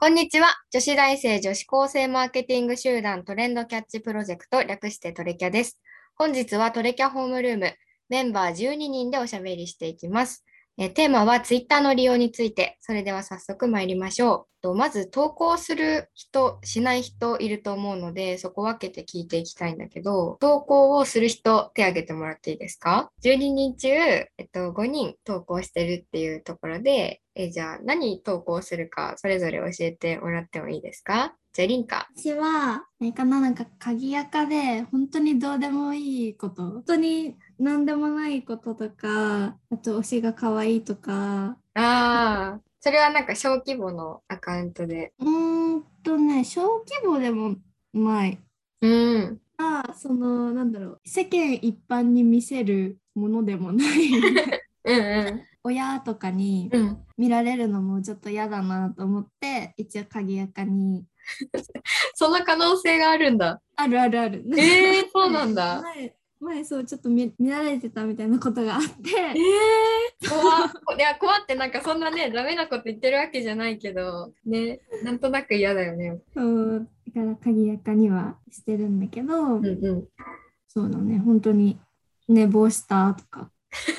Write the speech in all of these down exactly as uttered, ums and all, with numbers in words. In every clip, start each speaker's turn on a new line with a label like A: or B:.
A: こんにちは。女子大生女子高生マーケティング集団トレンドキャッチプロジェクト略してトレキャです。本日はトレキャホームルームメンバーじゅうににんでおしゃべりしていきます。えーテーマはツイッターの利用について。それでは早速参りましょう。とまず投稿する人、しない人いると思うので、そこ分けて聞いていきたいんだけど、投稿をする人、手挙げてもらっていいですか？ じゅうに 人中、えっと、ごにん投稿してるっていうところで、え、じゃあ何投稿するか、それぞれ教えてもらってもいいですか？じゃあ、リンカ。
B: 私は、あれかな、なんか鍵垢で、本当にどうでもいいこと、本当に何でもないこととか、あと推しが可愛いとか、
A: ああ、それはなんか小規模のアカウントで。
B: うーんとね、小規模でもない。
A: うん。
B: あ、その、なんだろう、世間一般に見せるものでもないみたいな。
A: うん
B: 親とかに
A: うん。うん。
B: 見られるのもちょっと嫌だなと思って、一応鍵垢に。
A: その可能性があるんだ。
B: あるあるある。
A: ええー、そうな
B: 前、
A: んだ。
B: 前、前そう、ちょっと見、見られてたみたいなことがあっ
A: ええ
B: て、
A: ー、怖っ。いや、怖ってなんかそんなね、ダメなこと言ってるわけじゃないけど、ね、なんとなく嫌だよね。
B: そう、だから鍵垢にはしてるんだけど、
A: うんうん。
B: そうだね、本当に寝坊したとか。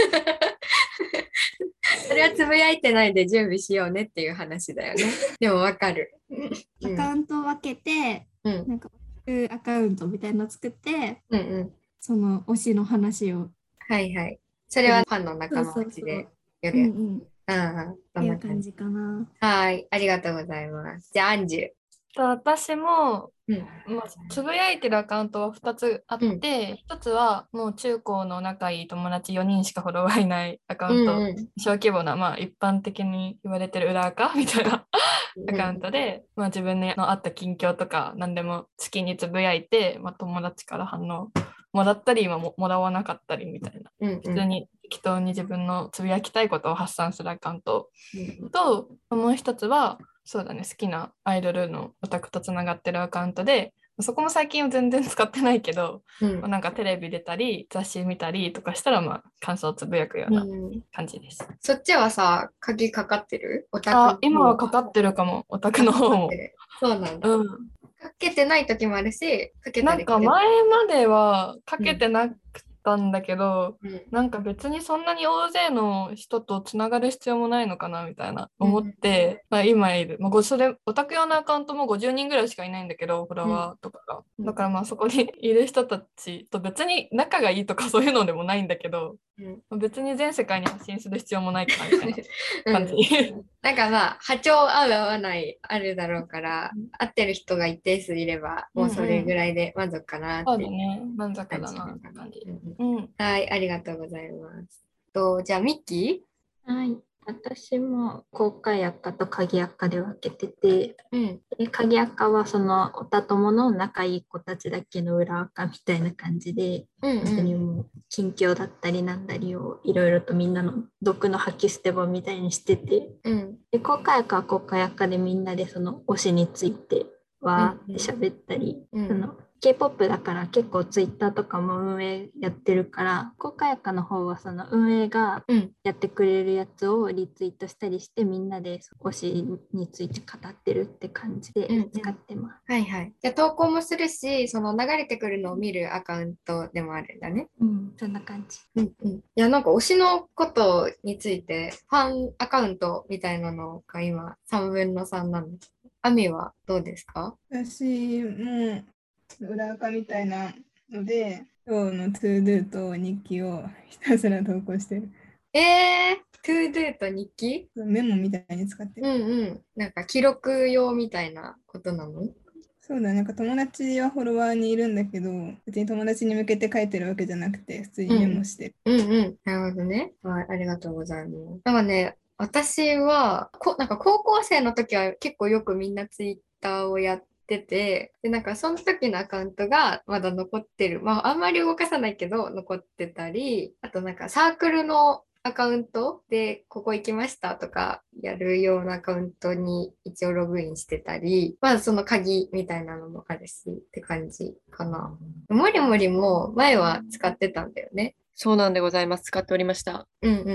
A: それはつぶやいてないで準備しようねっていう話だよね。でもわかる。うん。
B: アカウントを分けて、
A: うん。
B: なんか、アカウントみたいなの作って、
A: うんうん。
B: その推しの話を
A: はいはい。それ
B: する。
A: はファンの
B: そう
A: 仲間
B: そうそう。
A: 内でやるやつ。
B: うんうん。っ
A: うんうん。そ
B: て
A: んな感じ。
B: いう感じかな。
A: はい。ありがとうございます。じゃあ、アンジュ。
C: と私も、
A: うん。
C: まあ、つぶやいてるアカウントはふたつあっ
A: うん。
C: て、ひとつはもう中高の仲いい友達よにんしかフォロワーいないアカ
A: う
C: ウント、
A: んうん。
C: 小規模な、まあ、一般的に言われてる裏アカみたいなアカウン
A: うん
C: トで、まあ、自分のあった近況とか何でも好きにつぶやいて、まあ、友達から反応もらったり、まあももらわなかったりみたいな、
A: うんうん。
C: 普通に適当に自分のつぶやきたいことを発散するアカウント
A: うん
C: と、もう一つは、そうだね、好きなアイドルのオタクとつながってるアカウントで、そこも最近は全然使ってないけど、まあ、
A: うん。
C: なんかテレビ出たり、雑誌見たりとかしたら、まあ、感想をつぶやくよう
A: う
C: な
A: ん。
C: 感じです。
A: そっちはさ、鍵かかってるオタクの
C: あ、今は
A: 方は。
C: かかってるかも、オタク
A: あ、か
C: の方も。
A: かってる。そうなんだ。
C: うん。
A: かけてない時もあるし、かけた
C: なん
A: りかけたり。
C: か前まではか
A: うん。
C: けてなかったんだけど、
A: うん。
C: なんか別にそんなに大勢の人とつながる必要もないのかなみたいな思っ
A: うん。
C: て、まあ、今いる、まあ、ごそれオタク用のアカウントもごじゅうにんぐらいしかいないんだけど、フォロ
A: うん。
C: ワーとかが。
A: うん。
C: だからまあそこにいる人たちと別に仲がいいとかそういうのでもないんだけど、
A: うん。
C: 別に全世界に発信する必要もないかなみたいな感じ。
A: うん。なんかまあ、波長合う合わないあるだろうから、合ってる人が一定数いれば、
C: うん
A: もうそれぐ
C: うん。
A: らいで満足かなっていう
C: そうだね。満足
A: 感じな
C: だなっ
A: のかな。
C: て感じ。
A: うんうん。
C: うん。
A: はい、ありがとうございます。と、じゃあ、ミッキ
D: はい。私も公開赤と鍵赤で分けてて、
A: ー。うん。
D: で鍵赤はそのおた友の仲いい子たちだけの裏赤みたいな感じで、
A: うん
D: 本当
A: うん。
D: にもう近況だったりなんだりをいろいろとみんなの毒の吐き捨て場みたいにしてて、
A: うん。
D: で公開赤は公開赤でみんなでその推しについて
A: うん
D: わーって喋ったり、
A: うん。
D: その K-ポップ だから結構ツイッターとかも運営やってるから、公開赤の方はその運営が
A: うん。
D: やってくれるやつをリツイートしたりしてみんなで推しについて語ってるって感じで
A: うんうん。
D: 使ってます。
A: はいはい。じゃあ、投稿もするし、その流れてくるのを見るアカウントでもあるんだね。
D: うん、そんな感じ。
A: うんうん。いや、なんか推しのことについて、ファンアカウントみたいなのが今さんぶんのさんなんです。アミはどうですか？
E: 私も裏垢みたいなので、今日のトゥードゥと日記をひたすら投稿してる。
A: えー、トゥードゥと日記。
E: メモみたいに使って
A: う
E: る。
A: んうん。なんか記録用みたいなことなの？
E: そうだ、なんか友達はフォロワーにいるんだけど、別に友達に向けて書いてるわけじゃなくて、普通にメモ
A: うん
E: してる。
A: うん。うんうん。なるほどね。はい、ありがとうございます。なんかね、私は、こ、なんか高校生の時は結構よくみんなツイッターをやってて、で、なんかその時のアカウントがまだ残ってる。まあ、あんまり動かさないけど残ってたり、あとなんかサークルのアカウントでここ行きましたとかやるようなアカウントに一応ログインしてたり、まあその鍵みたいなのもあるしって感じかな。もりもりも前は使ってたんだよね。
F: そうなんでございます。使っておりました。
A: うんうん。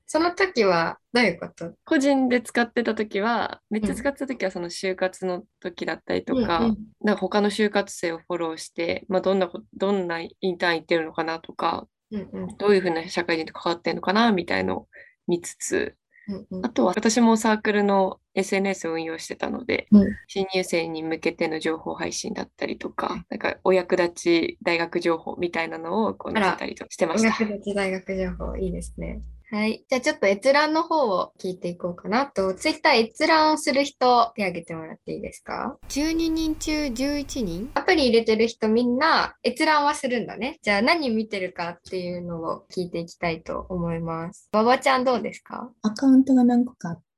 A: その時はどういうこと？
F: 個人で使ってた時は、めっちゃ使ってた時はその就活の時だったりとか、
A: うんうん
F: なんか他の就活生をフォローして、まあ、どんなこ、どんなインターン行ってるのかなとか、
A: うんうん
F: どういうふうな社会人と関わってるのかなみたいのを見つつ、
A: うんうん
F: あとは私もサークルの エスエヌエス を運用してたので、
A: うん
F: 新入生に向けての情報配信だったりとか、なんかお役立ち大学情報みたいなのをこう載せたりとしてま
A: お
F: した。
A: 役立ち大学情報いいですね。はい。じゃあちょっと閲覧の方を聞いていこうかなと。ツイッター閲覧をする人、手挙げてもらっていいですか？ じゅうに 人中じゅういちにんアプリ入れてる人みんな閲覧はするんだね。じゃあ何見てるかっていうのを聞いていきたいと思います。馬場ちゃんどうですか？
G: アカウントが何個かあって、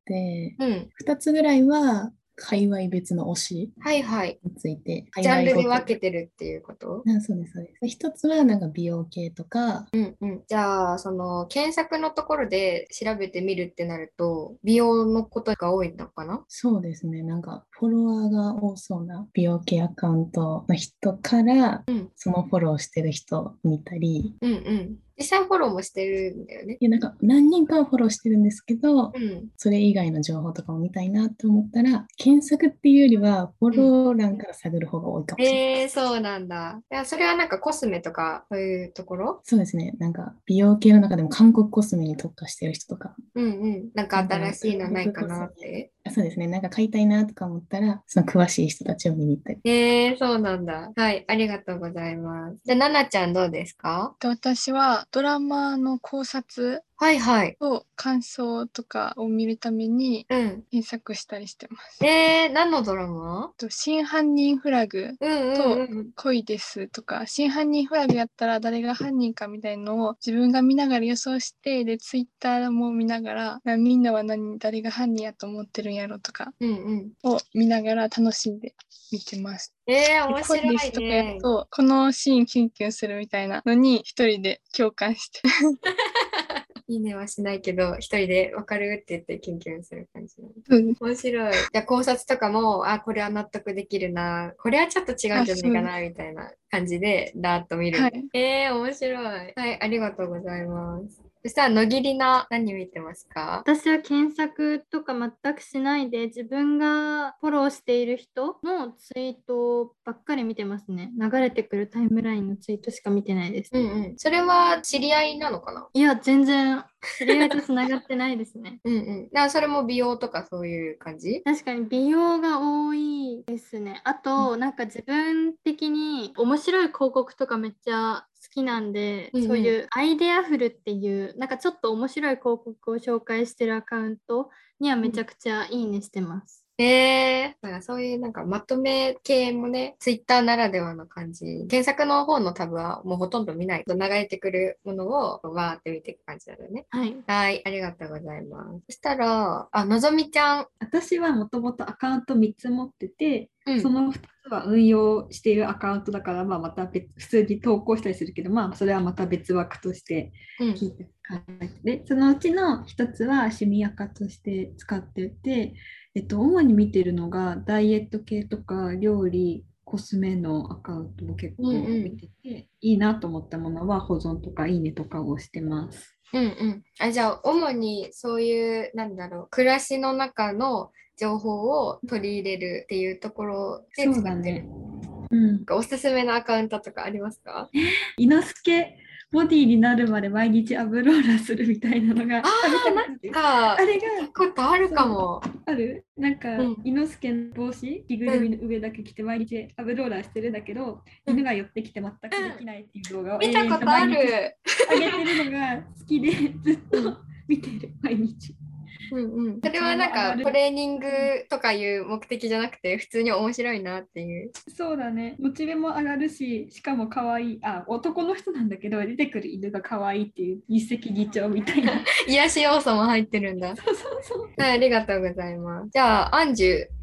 A: うん。
G: ふたつぐらいは界隈別の推し
A: はいはい。
G: について、
A: ジャンルで
G: 界隈ごと
A: 分けてるっていうこと？
G: あ、そうです、そうです。一つはなんか美容系とか、
A: うんうん。じゃあ、その検索のところで調べてみるってなると、美容のことが多いのかな？
G: そうですね、なんかフォロワーが多そうな美容系アカウントの人から、
A: うん
G: そのフォローしてる人見たり、
A: うんうん。実際フォローもしてるんだよね。
G: いやなんか何人かはフォローしてるんですけど、
A: うん。
G: それ以外の情報とかも見たいなと思ったら、検索っていうよりはフォロー欄から探る方が多いかもしれない。
A: えー、そうなんだ。いや、それはなんかコスメとか、そういうところ？
G: そうですね、なんか美容系の中でも韓国コスメに特化してる人とか、
A: うんうん。なんか新しいのないかなって。
G: あそうですね、なんか買いたいなとか思ったら、その詳しい人たちを見に行ったり。
A: えー、そうなんだ。はい、ありがとうございます。じゃあ、ななちゃんどうですか？
H: で私はドラマの考察
A: はいはい。
H: と感想とかを見るために
A: うん。
H: 検索したりしてます。
A: えー、何のドラマ？
H: と真犯人フラグ
A: うんうん
H: と
A: うん。
H: 恋ですとか、真犯人フラグやったら誰が犯人かみたいのを自分が見ながら予想して、でツイッターも見ながら、なみんなは何誰が犯人やと思ってるんやろとか
A: うんうん。
H: を見ながら楽しんで見てます。
A: えー、面
H: で
A: 白い
H: 恋ですとかや
A: ね
H: る。と、このシーンキュンキュンするみたいなのに一人で共感して
A: いいねはしないけど、一人でわかるって言ってキュンキュンする感じなの。
H: うん
A: 面白い。じゃあ考察とかも、あ、これは納得できるな、これはちょっと違うんじゃないか
H: あそう
A: な、みたいな感じで、だーっと見る。
H: はい
A: えー、面白い。はい、ありがとうございます。そしたら、野切りな、何見てますか？
D: 私は検索とか全くしないで、自分がフォローしている人のツイートばっかり見てますね。流れてくるタイムラインのツイートしか見てないです。
A: うんうん。それは知り合いなのかな？
D: いや、全然知り合いとつながってないですね。
A: うんうん。だからそれも美容とかそういう感じ？
D: 確かに美容が多いですね。あと、なんか自分的に面白い広告とかめっちゃ好きなんで、
A: うんうん
D: そういうアイデアフルっていうなんかちょっと面白い広告を紹介してるアカウントにはめちゃくちゃいいねしてます。
A: えー、なんかそういうなんかまとめ系もね、ツイッターならではの感じ。検索の方のタブはもうほとんど見ないと流れてくるものをわーって見ていく感じだよね。
D: はい。
A: はい、ありがとうございます。そしたら、あ、のぞみちゃん。
I: 私はもともとアカウントみっつ持ってて、
A: うん
I: そのふたつは運用しているアカウントだから、まあ、また別普通に投稿したりするけど、まあ、それはまた別枠として
A: うん
I: 聞いて考えて、でそのうちのひとつは趣味アカとして使ってて、えっと、主に見てるのがダイエット系とか料理、コスメのアカウントを結構見てて、いいなと思ったものは保存とかいいねとかをしてます。
A: うんうん。あ、じゃあ、主にそういう、なんだろう、暮らしの中の情報を取り入れるっていうところで使
I: そうだ
A: ってる。
I: ね。うん。
A: おすすめのアカウントとかありますか？
I: 伊之助ボディになるまで毎日アブローラーするみたいなのが
A: あー、なんか、
I: あれが
A: 聞くことあるかも。
I: あるなんか、
A: うん
I: 伊之助の帽子着ぐるみの上だけ着て毎日アブローラーしてるんだけど、
A: うん
I: 犬が寄ってきて全くできないっていう動画を
A: 見たことある。
I: 上げてるのが好きでずっと見てる毎日。
A: うんうん。それはなんかトレーニングとかいう目的じゃなくて普通に面白いなっていう。
I: そうだね。モチベも上がるし、しかも可愛い。あ、男の人なんだけど出てくる犬が可愛いっていう一石二鳥みたいな。
A: 癒し要素も入ってるんだ。
I: そうそうそう。
A: はい、ありがとうございます。じゃあ、アンジュ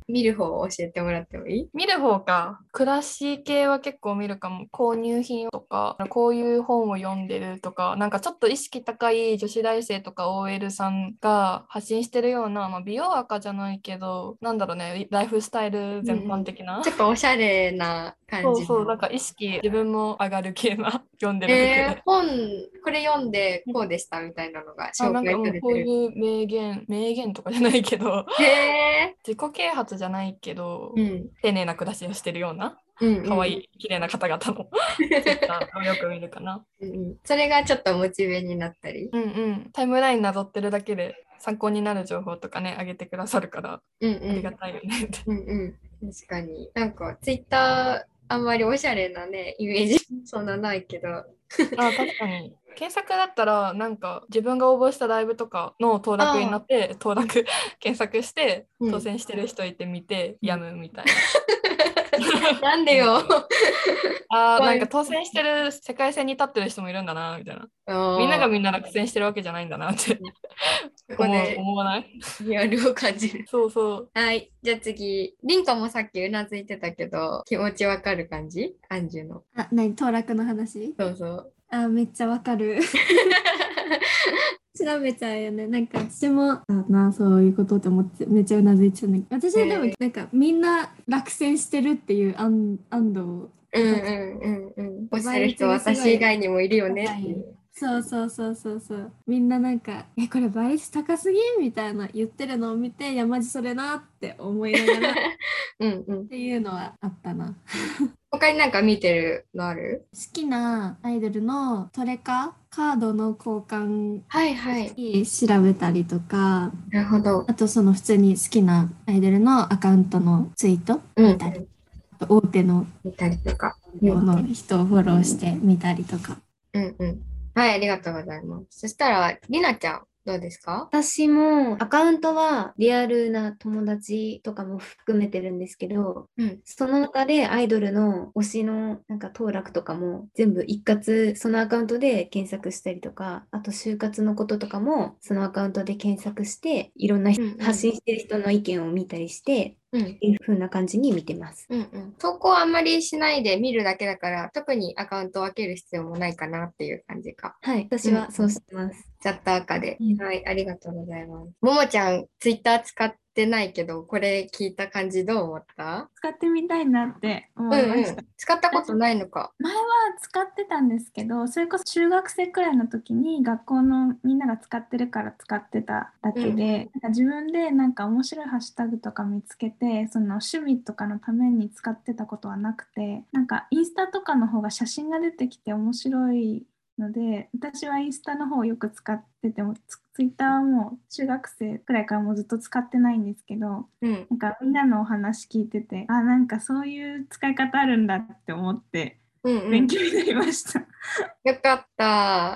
A: 見る方を教えてもらってもいい？
C: 見る方か。暮らし系は結構見るかも。購入品とか、こういう本を読んでるとか、なんかちょっと意識高い女子大生とか オーエル さんが発信してるような、まあ、美容赤じゃないけど、なんだろうね、ライフスタイル全般的な。
A: ちょっとおしゃれな感じの。
C: そうそう、なんか意識、自分も上がる系な読んでる服で。
A: えー、本、これ読んでこうでしたみたいなのが
C: あ、
A: 紹
C: なんかもう
A: 介されてる。
C: こういう名言、名言とかじゃないけど、
A: へ
C: 自己啓発じゃないけど、
A: ー、うん。
C: 丁寧な暮らしをしてるような、
A: うんうん、
C: 可愛い綺麗な方々のツイッターをよく見るかな。
A: うんうん。それがちょっとモチベになったり。
C: うんうん。タイムラインなぞってるだけで参考になる情報とかね、上げてくださるから、
A: うんうん、
C: ありがたいよねって。
A: うんうん。確かに。なんかツイッターあんまりおしゃれなね、イメージそんなないけど。
C: あ、確かに。検索だったら、なんか自分が応募したライブとかの登録になって、登録検索して、当選してる人いてみて、うん、やむみたいな。
A: なんでよ。
C: あー、なんか当選してる世界線に立ってる人もいるんだな、みたいな。みんながみんな落選してるわけじゃないんだなって思う、思わない？
A: リアルを感じる。
C: そうそう。
A: はい。じゃあ次。リンカもさっきうなずいてたけど、気持ちわかる感じ？アンジュの。
B: あ、何？登録の話？
A: そうそう。
B: あ、めっちゃわかる。調べちゃうよね。なんか私もあなそういうことって思ってめっちゃうなずいちゃうんだけど、私はでもなんかみんな落選してるっていう安安堵を
A: うんうんうんうんおっしゃる人は私以外にもいるよねっていう。
B: そうそうそうそうそう。みんななんかえこれ倍率高すぎみたいな言ってるのを見ていやマジそれなって思いながらうん、うん、っていうのはあったな。
A: 他になんか見てるのある？
B: 好きなアイドルのトレカカードの交換
A: はいはい
B: 調べたりとか、
A: なるほど。
B: あとその普通に好きなアイドルのアカウントのツイート見たり、うん、あと大手の
A: 見たりとか
B: の人をフォローして見たりとか。
A: うんうんはい、ありがとうございます。そしたらりなちゃんどうですか？
J: 私もアカウントはリアルな友達とかも含めてるんですけど、うん、その中でアイドルの推しのなんか登録とかも全部一括そのアカウントで検索したりとか、あと就活のこととかもそのアカウントで検索していろんな、うんうん、発信してる人の意見を見たりして、うん、っていう風な感じに見てます、
A: うんうん。投稿あんまりしないで見るだけだから特にアカウントを分ける必要もないかなっていう感じか。
J: はい、私はそうしてます。
A: チャット赤で、うん。はい、ありがとうございます。ももちゃん、ツイッター使ってないけど、これ聞いた感じどう思った？
K: 使ってみたいなって思いました。うんうん、
A: 使ったことないのか？
K: 前は使ってたんですけど、それこそ中学生くらいの時に学校のみんなが使ってるから使ってただけで、うん、なんか自分でなんか面白いハッシュタグとか見つけて、その趣味とかのために使ってたことはなくて、なんかインスタとかの方が写真が出てきて面白いので、私はインスタの方をよく使ってても、ツイッターはもう中学生くらいからもうずっと使ってないんですけど、うん、なんかみんなのお話聞いてて、あ、なんかそういう使い方あるんだって思って勉強になりました。
A: うんうん、よかった。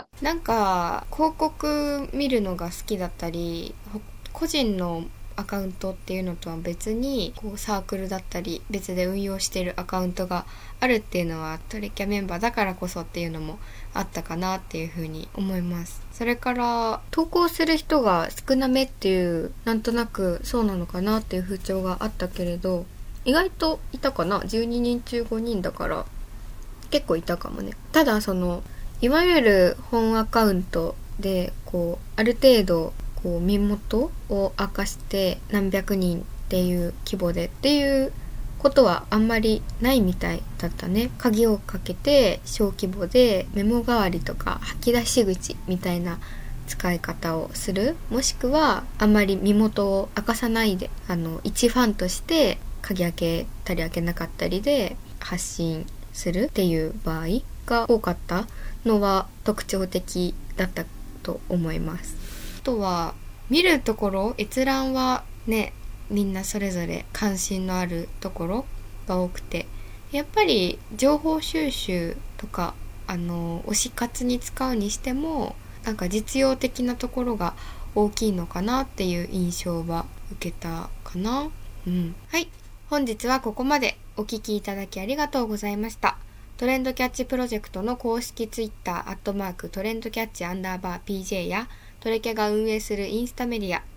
A: なんか広告見るのが好きだったり、個人のアカウントっていうのとは別にこうサークルだったり別で運用しているアカウントがあるっていうのはトレキャメンバーだからこそっていうのもあったかなっていうふうに思います。それから投稿する人が少なめっていうなんとなくそうなのかなっていう風潮があったけれど意外といたかな。じゅうににん中ごにんだから結構いたかもね。ただそのいわゆる本アカウントでこうある程度こう身元を明かして何百人っていう規模でっていうことはあんまりないみたいだったね。鍵をかけて小規模でメモ代わりとか吐き出し口みたいな使い方をする、もしくはあんまり身元を明かさないであの一ファンとして鍵開けたり開けなかったりで発信するっていう場合が多かったのは特徴的だったと思います。あとは見るところ閲覧はねみんなそれぞれ関心のあるところが多くて、やっぱり情報収集とかあの推し活に使うにしてもなんか実用的なところが大きいのかなっていう印象は受けたかな。うん、はい、本日はここまでお聞きいただきありがとうございました。トレンドキャッチプロジェクトの公式ツイッターアットマークトレンドキャッチアンダーバー ピージェー やトレキャが運営するインスタメディア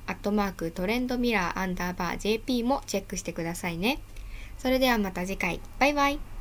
A: アットマークトレンドミラーアンダーバー ジェーピー もチェックしてくださいね。それではまた次回。バイバイ。